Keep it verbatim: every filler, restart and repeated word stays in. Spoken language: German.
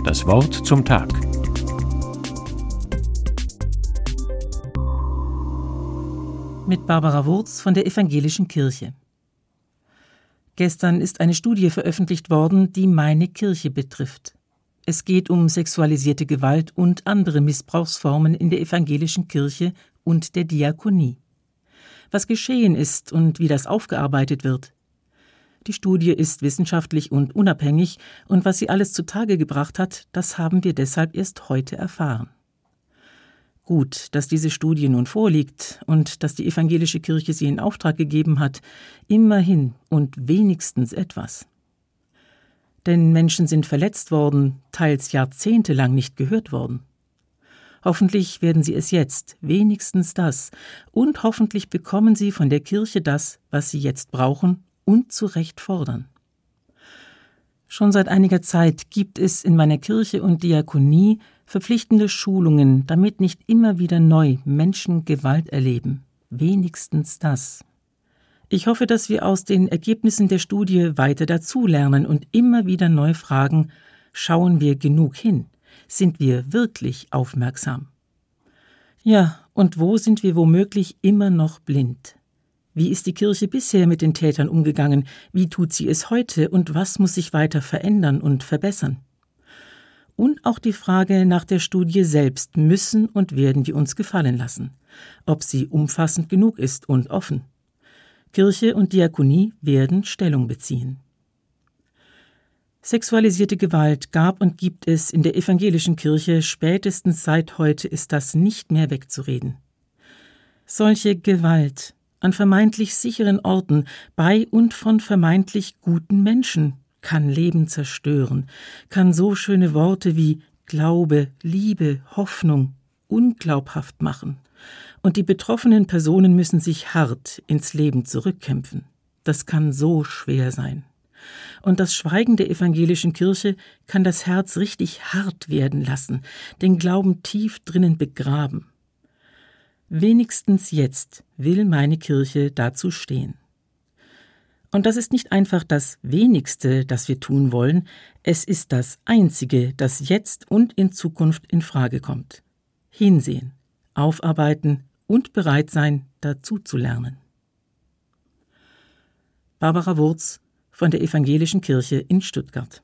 Das Wort zum Tag. Mit Barbara Wurz von der Evangelischen Kirche. Gestern ist eine Studie veröffentlicht worden, die meine Kirche betrifft. Es geht um sexualisierte Gewalt und andere Missbrauchsformen in der Evangelischen Kirche und der Diakonie. Was geschehen ist und wie das aufgearbeitet wird. Die Studie ist wissenschaftlich und unabhängig, und was sie alles zutage gebracht hat, das haben wir deshalb erst heute erfahren. Gut, dass diese Studie nun vorliegt und dass die Evangelische Kirche sie in Auftrag gegeben hat, immerhin und wenigstens etwas. Denn Menschen sind verletzt worden, teils jahrzehntelang nicht gehört worden. Hoffentlich werden sie es jetzt, wenigstens das, und hoffentlich bekommen sie von der Kirche das, was sie jetzt brauchen und zu Recht fordern. Schon seit einiger Zeit gibt es in meiner Kirche und Diakonie verpflichtende Schulungen, damit nicht immer wieder neu Menschen Gewalt erleben. Wenigstens das. Ich hoffe, dass wir aus den Ergebnissen der Studie weiter dazulernen und immer wieder neu fragen, schauen wir genug hin? Sind wir wirklich aufmerksam? Ja, und wo sind wir womöglich immer noch blind? Wie ist die Kirche bisher mit den Tätern umgegangen? Wie tut sie es heute? Und was muss sich weiter verändern und verbessern? Und auch die Frage nach der Studie selbst müssen und werden wir uns gefallen lassen. Ob sie umfassend genug ist und offen. Kirche und Diakonie werden Stellung beziehen. Sexualisierte Gewalt gab und gibt es in der Evangelischen Kirche, spätestens seit heute ist das nicht mehr wegzureden. Solche Gewalt an vermeintlich sicheren Orten, bei und von vermeintlich guten Menschen, kann Leben zerstören, kann so schöne Worte wie Glaube, Liebe, Hoffnung unglaubhaft machen. Und die betroffenen Personen müssen sich hart ins Leben zurückkämpfen. Das kann so schwer sein. Und das Schweigen der Evangelischen Kirche kann das Herz richtig hart werden lassen, den Glauben tief drinnen begraben. Wenigstens jetzt will meine Kirche dazu stehen. Und das ist nicht einfach das Wenigste, das wir tun wollen, es ist das Einzige, das jetzt und in Zukunft in Frage kommt. Hinsehen, aufarbeiten und bereit sein, dazu zu lernen. Barbara Wurz von der Evangelischen Kirche in Stuttgart.